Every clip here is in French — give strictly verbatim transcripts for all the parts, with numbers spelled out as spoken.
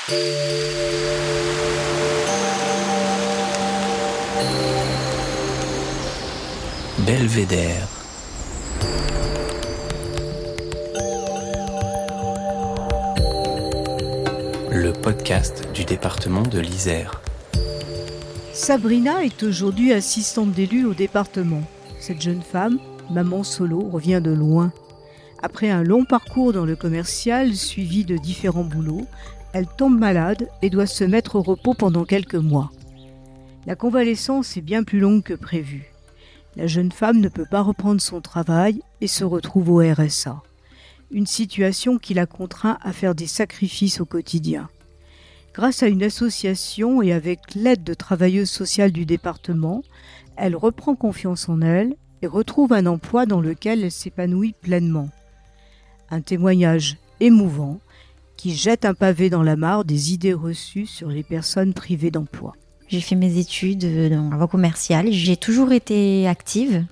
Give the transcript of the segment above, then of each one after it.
Belvédère. Le podcast du département de l'Isère. Sabrina est aujourd'hui assistante d'élu au département. Cette jeune femme, maman solo, revient de loin. Après un long parcours dans le commercial, suivi de différents boulots, elle tombe malade et doit se mettre au repos pendant quelques mois. La convalescence est bien plus longue que prévu. La jeune femme ne peut pas reprendre son travail et se retrouve au R S A. Une situation qui la contraint à faire des sacrifices au quotidien. Grâce à une association et avec l'aide de travailleuses sociales du département, elle reprend confiance en elle et retrouve un emploi dans lequel elle s'épanouit pleinement. Un témoignage émouvant qui jette un pavé dans la mare des idées reçues sur les personnes privées d'emploi. J'ai fait mes études dans la voie commerciale. J'ai toujours été active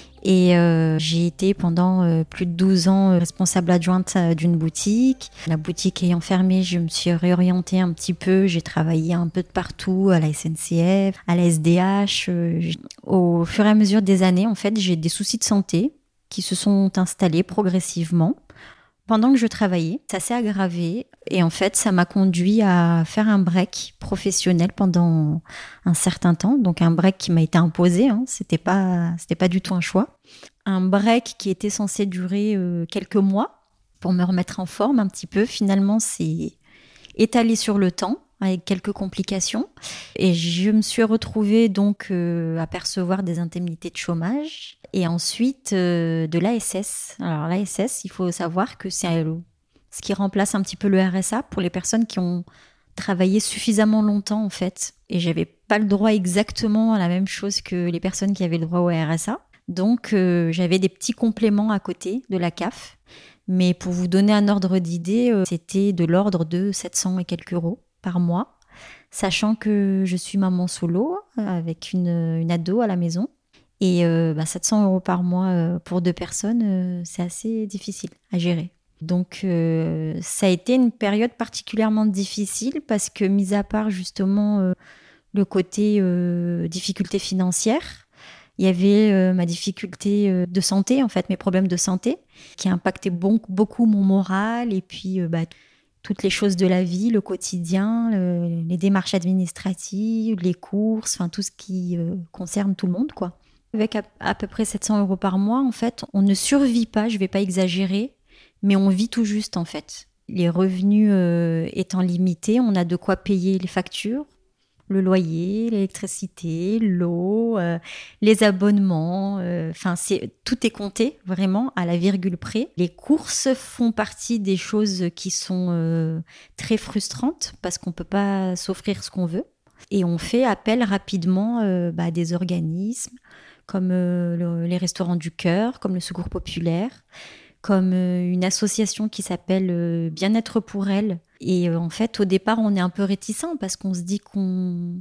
et euh, j'ai été pendant euh, plus de douze ans responsable adjointe euh, d'une boutique. La boutique ayant fermé, je me suis réorientée un petit peu. J'ai travaillé un peu de partout, à la S N C F, à la S D H. Euh, au fur et à mesure des années, en fait, j'ai des soucis de santé qui se sont installés progressivement. Pendant que je travaillais, ça s'est aggravé et en fait, ça m'a conduit à faire un break professionnel pendant un certain temps. Donc un break qui m'a été imposé, hein. C'était pas, c'était pas du tout un choix. Un break qui était censé durer euh, quelques mois pour me remettre en forme un petit peu. Finalement, c'est étalé sur le temps avec quelques complications. Et je me suis retrouvée donc euh, à percevoir des indemnités de chômage et ensuite euh, de l'A S S. Alors l'A S S, il faut savoir que c'est euh, ce qui remplace un petit peu le R S A pour les personnes qui ont travaillé suffisamment longtemps en fait. Et j'avais pas le droit exactement à la même chose que les personnes qui avaient le droit au R S A. Donc euh, j'avais des petits compléments à côté de la C A F. Mais pour vous donner un ordre d'idée, euh, c'était de l'ordre de sept cents et quelques euros par mois, sachant que je suis maman solo avec une, une ado à la maison. Et euh, bah, sept cents euros par mois euh, pour deux personnes, euh, c'est assez difficile à gérer. Donc euh, ça a été une période particulièrement difficile parce que, mis à part justement euh, le côté euh, difficulté financière, il y avait euh, ma difficulté euh, de santé, en fait, mes problèmes de santé, qui impactaient bon, beaucoup mon moral et puis euh, bah, toutes les choses de la vie, le quotidien, le, les démarches administratives, les courses, enfin tout ce qui euh, concerne tout le monde, quoi. Avec à, à peu près sept cents euros par mois, en fait, on ne survit pas, je ne vais pas exagérer, mais on vit tout juste, en fait. Les revenus euh, étant limités, on a de quoi payer les factures, le loyer, l'électricité, l'eau, euh, les abonnements, enfin euh, tout est compté vraiment à la virgule près. Les courses font partie des choses qui sont euh, très frustrantes parce qu'on peut pas s'offrir ce qu'on veut et on fait appel rapidement euh, bah, à des organismes comme euh, le, les Restos du Cœur, comme le Secours Populaire, comme euh, une association qui s'appelle euh, Bien-être pour elle. Et euh, en fait, au départ, on est un peu réticent parce qu'on se dit qu'on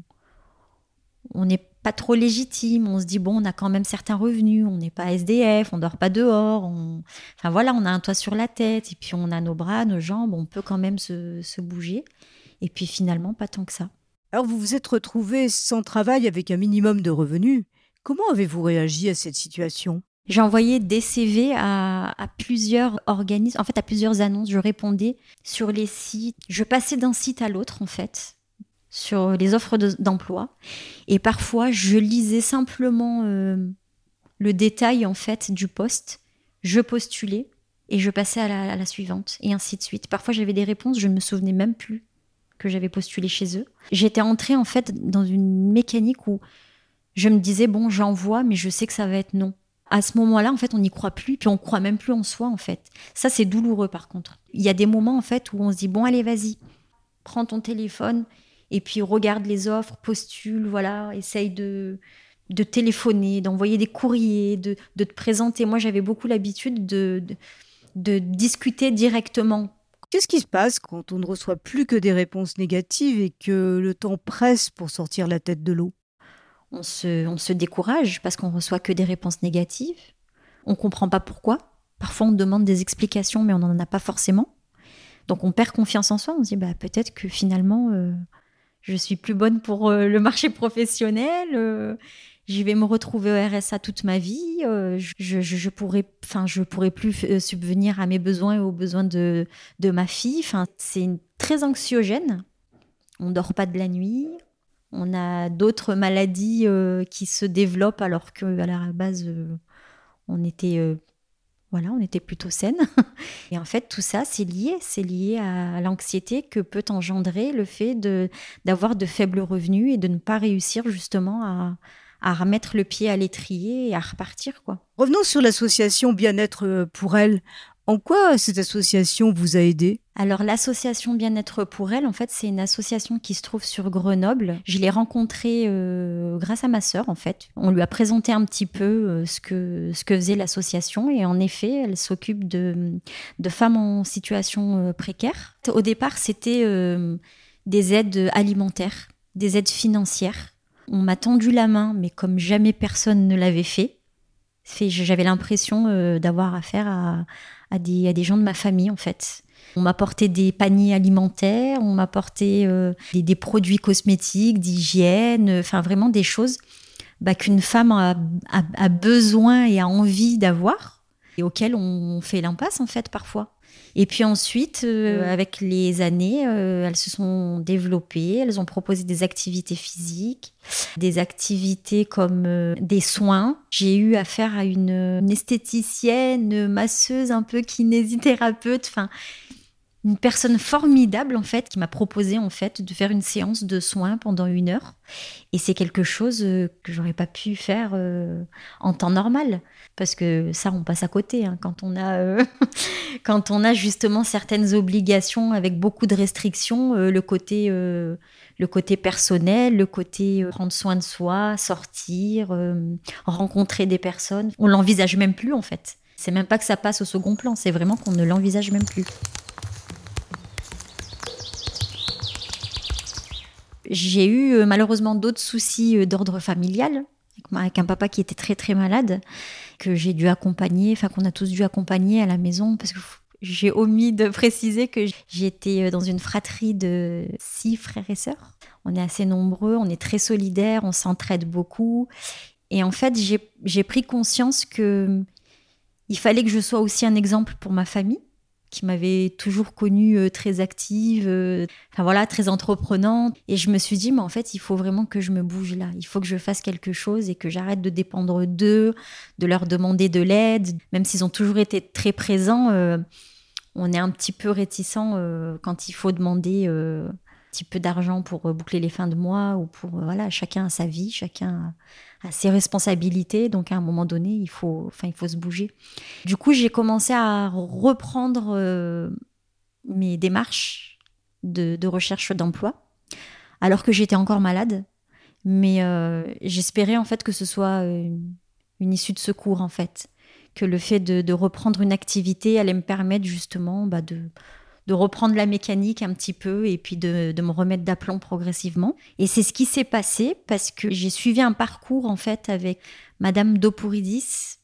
on n'est pas trop légitime. On se dit, bon, on a quand même certains revenus, on n'est pas S D F, on dort pas dehors. On... Enfin voilà, on a un toit sur la tête et puis on a nos bras, nos jambes, on peut quand même se, se bouger. Et puis finalement, pas tant que ça. Alors vous vous êtes retrouvée sans travail avec un minimum de revenus. Comment avez-vous réagi à cette situation ? J'ai envoyé des C V à, à plusieurs organismes, en fait à plusieurs annonces. Je répondais sur les sites. Je passais d'un site à l'autre en fait, sur les offres de, d'emploi. Et parfois, je lisais simplement euh, le détail en fait du poste. Je postulais et je passais à la, à la suivante et ainsi de suite. Parfois, j'avais des réponses, je ne me souvenais même plus que j'avais postulé chez eux. J'étais entrée en fait dans une mécanique où je me disais bon, j'envoie, mais je sais que ça va être non. À ce moment-là, en fait, on n'y croit plus, puis on croit même plus en soi, en fait. Ça, c'est douloureux, par contre. Il y a des moments, en fait, où on se dit, bon, allez, vas-y, prends ton téléphone, et puis regarde les offres, postule, voilà, essaye de, de téléphoner, d'envoyer des courriers, de, de te présenter. Moi, j'avais beaucoup l'habitude de, de, de discuter directement. Qu'est-ce qui se passe quand on ne reçoit plus que des réponses négatives et que le temps presse pour sortir la tête de l'eau ? On se, on se décourage parce qu'on ne reçoit que des réponses négatives. On ne comprend pas pourquoi. Parfois, on demande des explications, mais on n'en a pas forcément. Donc on perd confiance en soi, on se dit bah, peut-être que finalement euh, je suis plus bonne pour euh, le marché professionnel, euh, je vais me retrouver au R S A toute ma vie, euh, je, je, je pourrais, enfin je pourrais plus euh, subvenir à mes besoins et aux besoins de, de ma fille. Enfin, c'est une, très anxiogène, on dort pas de la nuit, on a d'autres maladies euh, qui se développent alors qu'à la base euh, on était euh, Voilà, on était plutôt saine. Et en fait, tout ça, c'est lié. C'est lié à l'anxiété que peut engendrer le fait de, d'avoir de faibles revenus et de ne pas réussir justement à, à remettre le pied à l'étrier et à repartir, quoi. Revenons sur l'association Bien-être pour elle. En quoi cette association vous a aidé ? Alors, l'association Bien-être pour elle, en fait, c'est une association qui se trouve sur Grenoble. Je l'ai rencontrée euh, grâce à ma sœur, en fait. On lui a présenté un petit peu euh, ce que, ce que faisait l'association. Et en effet, elle s'occupe de, de femmes en situation euh, précaire. Au départ, c'était euh, des aides alimentaires, des aides financières. On m'a tendu la main, mais comme jamais personne ne l'avait fait. fait j'avais l'impression euh, d'avoir affaire à, à, des, à des gens de ma famille, en fait. On m'a porté des paniers alimentaires, on m'a porté euh, des, des produits cosmétiques, d'hygiène, enfin euh, vraiment des choses bah, qu'une femme a, a, a besoin et a envie d'avoir et auxquelles on fait l'impasse en fait parfois. Et puis ensuite, euh, mmh. avec les années, euh, elles se sont développées, elles ont proposé des activités physiques, des activités comme euh, des soins. J'ai eu affaire à une, une esthéticienne, une masseuse, un peu kinésithérapeute, enfin une personne formidable en fait qui m'a proposé en fait de faire une séance de soins pendant une heure et c'est quelque chose euh, que j'aurais pas pu faire euh, en temps normal parce que ça on passe à côté hein, quand on a euh, quand on a justement certaines obligations avec beaucoup de restrictions euh, le côté euh, le côté personnel, le côté euh, prendre soin de soi, sortir, euh, rencontrer des personnes, on l'envisage même plus en fait. C'est même pas que ça passe au second plan, c'est vraiment qu'on ne l'envisage même plus. J'ai eu euh, malheureusement d'autres soucis euh, d'ordre familial, avec un papa qui était très très malade, que j'ai dû accompagner, enfin qu'on a tous dû accompagner à la maison, parce que j'ai omis de préciser que j'étais dans une fratrie de six frères et sœurs. On est assez nombreux, on est très solidaires, on s'entraide beaucoup. Et en fait, j'ai, j'ai pris conscience qu'il fallait que je sois aussi un exemple pour ma famille, qui m'avait toujours connue euh, très active, euh, enfin voilà, très entreprenante. Et je me suis dit, mais en fait, il faut vraiment que je me bouge là. Il faut que je fasse quelque chose et que j'arrête de dépendre d'eux, de leur demander de l'aide. Même s'ils ont toujours été très présents, euh, on est un petit peu réticent euh, quand il faut demander euh, un petit peu d'argent pour euh, boucler les fins de mois ou pour, euh, voilà, chacun a sa vie, chacun a ses responsabilités, donc à un moment donné, il faut, enfin, il faut se bouger. Du coup, j'ai commencé à reprendre euh, mes démarches de, de recherche d'emploi, alors que j'étais encore malade, mais euh, j'espérais en fait que ce soit une, une issue de secours en fait, que le fait de, de reprendre une activité allait me permettre justement bah, de de reprendre la mécanique un petit peu et puis de, de me remettre d'aplomb progressivement. Et c'est ce qui s'est passé parce que j'ai suivi un parcours en fait avec Madame Dopouridis,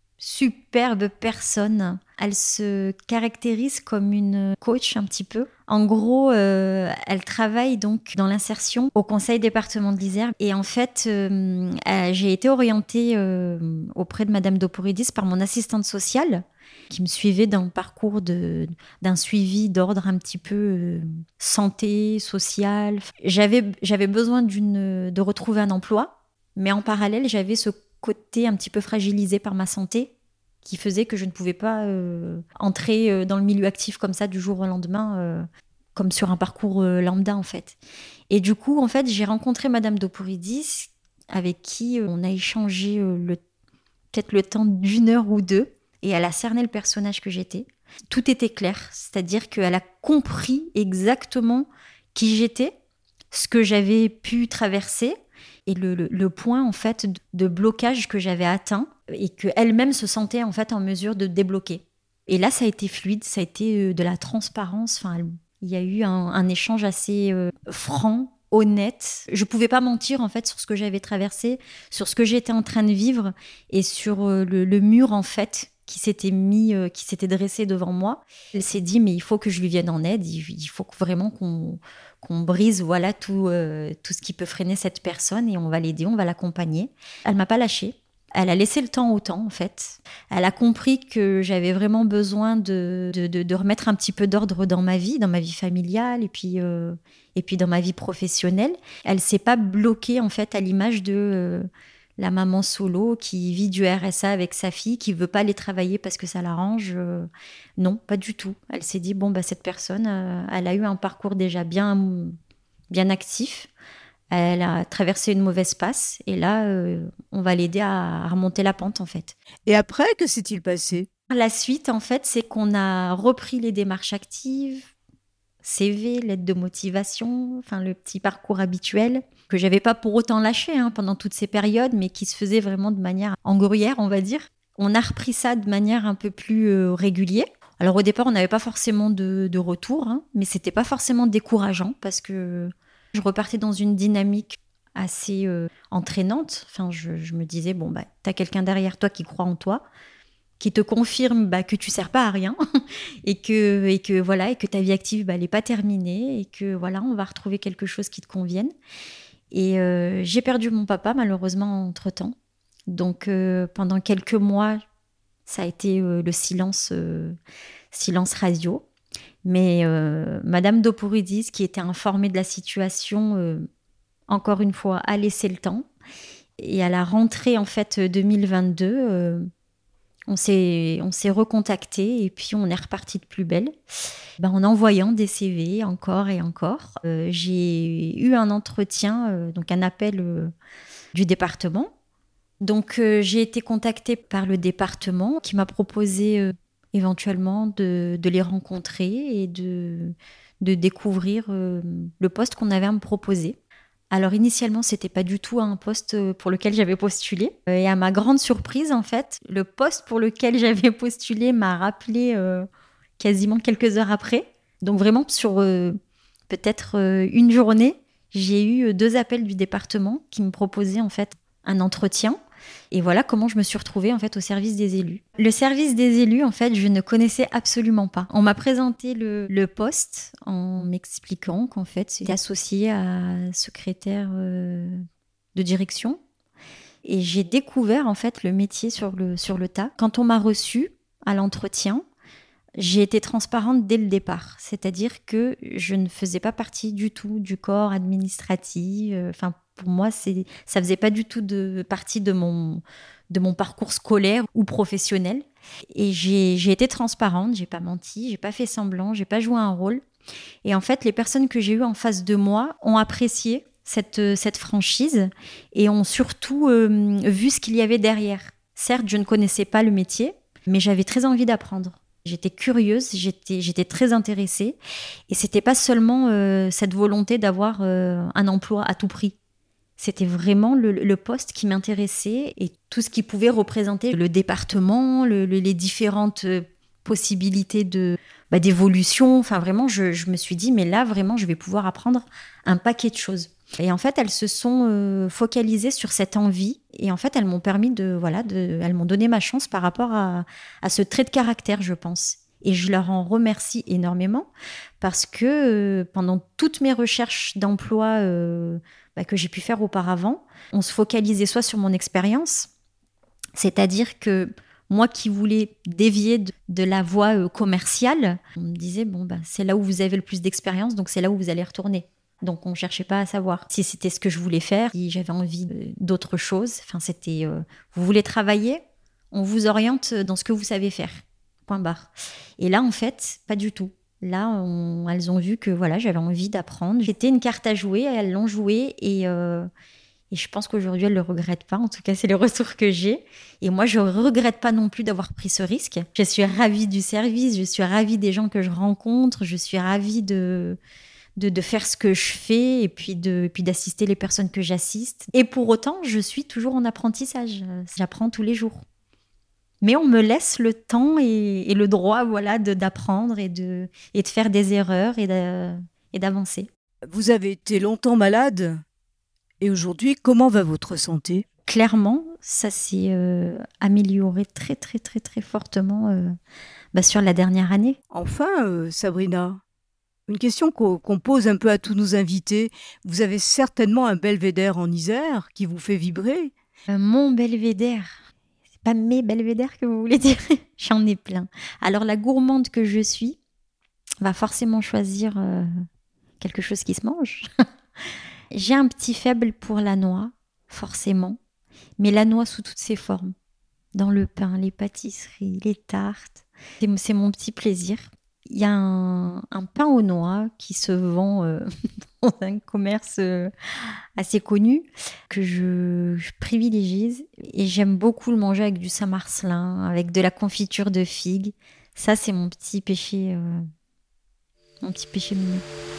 superbe personne. Elle se caractérise comme une coach un petit peu. En gros, euh, elle travaille donc dans l'insertion au conseil département de l'Isère. Et en fait, euh, j'ai été orientée euh, auprès de Madame Dopouridis par mon assistante sociale qui me suivait dans le parcours de, d'un suivi d'ordre un petit peu euh, santé, social. J'avais, j'avais besoin d'une, de retrouver un emploi, mais en parallèle, j'avais ce côté un petit peu fragilisé par ma santé qui faisait que je ne pouvais pas euh, entrer dans le milieu actif comme ça du jour au lendemain, euh, comme sur un parcours euh, lambda en fait. Et du coup, en fait, j'ai rencontré Madame Dopouridis avec qui on a échangé euh, le, peut-être le temps d'une heure ou deux. Et elle a cerné le personnage que j'étais. Tout était clair, c'est-à-dire qu'elle a compris exactement qui j'étais, ce que j'avais pu traverser et le, le, le point en fait de blocage que j'avais atteint et qu'elle-même se sentait en fait en mesure de débloquer. Et là, ça a été fluide, ça a été de la transparence. Enfin, il y a eu un, un échange assez euh, franc, honnête. Je pouvais pas mentir en fait sur ce que j'avais traversé, sur ce que j'étais en train de vivre et sur euh, le, le mur en fait qui s'était mis, euh, qui s'était dressé devant moi. Elle s'est dit, mais il faut que je lui vienne en aide. Il, il faut vraiment qu'on, qu'on brise, voilà, tout, euh, tout ce qui peut freiner cette personne et on va l'aider, on va l'accompagner. Elle m'a pas lâchée. Elle a laissé le temps au temps, en fait. Elle a compris que j'avais vraiment besoin de, de, de, de remettre un petit peu d'ordre dans ma vie, dans ma vie familiale et puis, euh, et puis dans ma vie professionnelle. Elle s'est pas bloquée, en fait, à l'image de euh, la maman solo qui vit du R S A avec sa fille, qui veut pas aller travailler parce que ça l'arrange. Euh, non, pas du tout. Elle s'est dit, bon, bah, cette personne, euh, elle a eu un parcours déjà bien, bien actif. Elle a traversé une mauvaise passe et là, euh, on va l'aider à remonter la pente, en fait. Et après, que s'est-il passé ? La suite, en fait, c'est qu'on a repris les démarches actives, C V, lettre de motivation, enfin le petit parcours habituel que j'avais pas pour autant lâché hein, pendant toutes ces périodes, mais qui se faisait vraiment de manière en gruyère, on va dire. On a repris ça de manière un peu plus euh, régulière. Alors au départ, on n'avait pas forcément de, de retour, hein, mais c'était pas forcément décourageant parce que je repartais dans une dynamique assez euh, entraînante. Enfin, je, je me disais, bon, bah, t'as quelqu'un derrière toi qui croit en toi, qui te confirme bah, que tu sers pas à rien et que, et que, voilà, et que ta vie active, bah, elle n'est pas terminée et que, voilà, on va retrouver quelque chose qui te convienne. Et euh, j'ai perdu mon papa, malheureusement, entre-temps. Donc, euh, pendant quelques mois, ça a été euh, le silence, euh, silence radio. Mais euh, Madame Dopouridis, qui était informée de la situation, euh, encore une fois, a laissé le temps. Et à la rentrée en fait deux mille vingt-deux, euh, on s'est on s'est recontacté et puis on est reparti de plus belle. Ben, en envoyant des C V encore et encore. Euh, j'ai eu un entretien, euh, donc un appel euh, du département. Donc euh, j'ai été contactée par le département qui m'a proposé euh, éventuellement de, de les rencontrer et de, de découvrir euh, le poste qu'on avait à me proposer. Alors initialement, c'était pas du tout un poste pour lequel j'avais postulé. Et à ma grande surprise, en fait, le poste pour lequel j'avais postulé m'a rappelé euh, quasiment quelques heures après. Donc vraiment, sur euh, peut-être euh, une journée, j'ai eu deux appels du département qui me proposaient en fait un entretien. Et voilà comment je me suis retrouvée en fait au service des élus. Le service des élus, en fait, je ne connaissais absolument pas. On m'a présenté le, le poste en m'expliquant qu'en fait, c'était associé à secrétaire euh, de direction. Et j'ai découvert en fait le métier sur le, sur le tas. Quand on m'a reçue à l'entretien, j'ai été transparente dès le départ. C'est-à-dire que je ne faisais pas partie du tout du corps administratif. Enfin, pour moi, c'est, ça faisait pas du tout de partie de mon, de mon parcours scolaire ou professionnel. Et j'ai, j'ai été transparente, j'ai pas menti, j'ai pas fait semblant, j'ai pas joué un rôle. Et en fait, les personnes que j'ai eues en face de moi ont apprécié cette, cette franchise et ont surtout euh, vu ce qu'il y avait derrière. Certes, je ne connaissais pas le métier, mais j'avais très envie d'apprendre. J'étais curieuse, j'étais, j'étais très intéressée. Et c'était pas seulement euh, cette volonté d'avoir euh, un emploi à tout prix. C'était vraiment le, le poste qui m'intéressait et tout ce qui pouvait représenter le département, le, le, les différentes possibilités de, bah, d'évolution. Enfin, vraiment, je, je me suis dit, mais là, vraiment, je vais pouvoir apprendre un paquet de choses. Et en fait, elles se sont euh, focalisées sur cette envie. Et en fait, elles m'ont permis de, voilà, de, elles m'ont donné ma chance par rapport à, à ce trait de caractère, je pense. Et je leur en remercie énormément parce que euh, pendant toutes mes recherches d'emploi euh, bah, que j'ai pu faire auparavant, on se focalisait soit sur mon expérience, c'est-à-dire que moi qui voulais dévier de, de la voie euh, commerciale, on me disait, bon, bah, c'est là où vous avez le plus d'expérience, donc c'est là où vous allez retourner. Donc, on ne cherchait pas à savoir si c'était ce que je voulais faire, si j'avais envie d'autre chose. Enfin, c'était, euh, vous voulez travailler, on vous oriente dans ce que vous savez faire. Point barre. Et là, en fait, pas du tout. Là, on, elles ont vu que voilà, j'avais envie d'apprendre. C'était une carte à jouer, elles l'ont jouée et, euh, et je pense qu'aujourd'hui, elles ne le regrettent pas. En tout cas, c'est le retour que j'ai. Et moi, je ne regrette pas non plus d'avoir pris ce risque. Je suis ravie du service, je suis ravie des gens que je rencontre, je suis ravie de... De, de faire ce que je fais et puis, de, et puis d'assister les personnes que j'assiste. Et pour autant, je suis toujours en apprentissage. J'apprends tous les jours. Mais on me laisse le temps et, et le droit voilà, de, d'apprendre et de, et de faire des erreurs et, de, et d'avancer. Vous avez été longtemps malade et aujourd'hui, comment va votre santé ? Clairement, ça s'est euh, amélioré très très très très fortement euh, bah, sur la dernière année. Enfin, euh, Sabrina, une question qu'on, qu'on pose un peu à tous nos invités. Vous avez certainement un belvédère en Isère qui vous fait vibrer. Euh, mon belvédère, c'est pas mes belvédères que vous voulez dire. J'en ai plein. Alors la gourmande que je suis va forcément choisir euh, quelque chose qui se mange. J'ai un petit faible pour la noix, forcément, mais la noix sous toutes ses formes. Dans le pain, les pâtisseries, les tartes, c'est, c'est mon petit plaisir. Il y a un, un pain aux noix qui se vend euh, dans un commerce euh, assez connu que je, je privilégie et j'aime beaucoup le manger avec du Saint-Marcelin, avec de la confiture de figues. Ça, c'est mon petit péché, euh, mon petit péché mignon.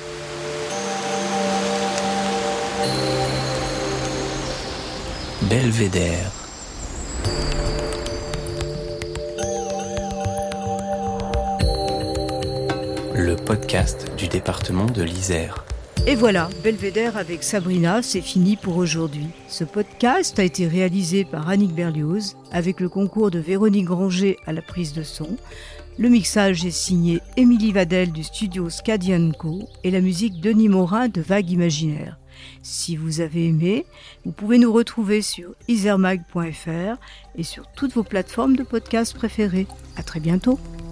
Belvédère. Le podcast du département de l'Isère. Et voilà, Belvédère avec Sabrina, c'est fini pour aujourd'hui. Ce podcast a été réalisé par Annick Berlioz avec le concours de Véronique Granger à la prise de son. Le mixage est signé Émilie Vadel du studio Scadian Co et la musique Denis Morin de Vague Imaginaire. Si vous avez aimé, vous pouvez nous retrouver sur isermag point f r et sur toutes vos plateformes de podcasts préférées. À très bientôt.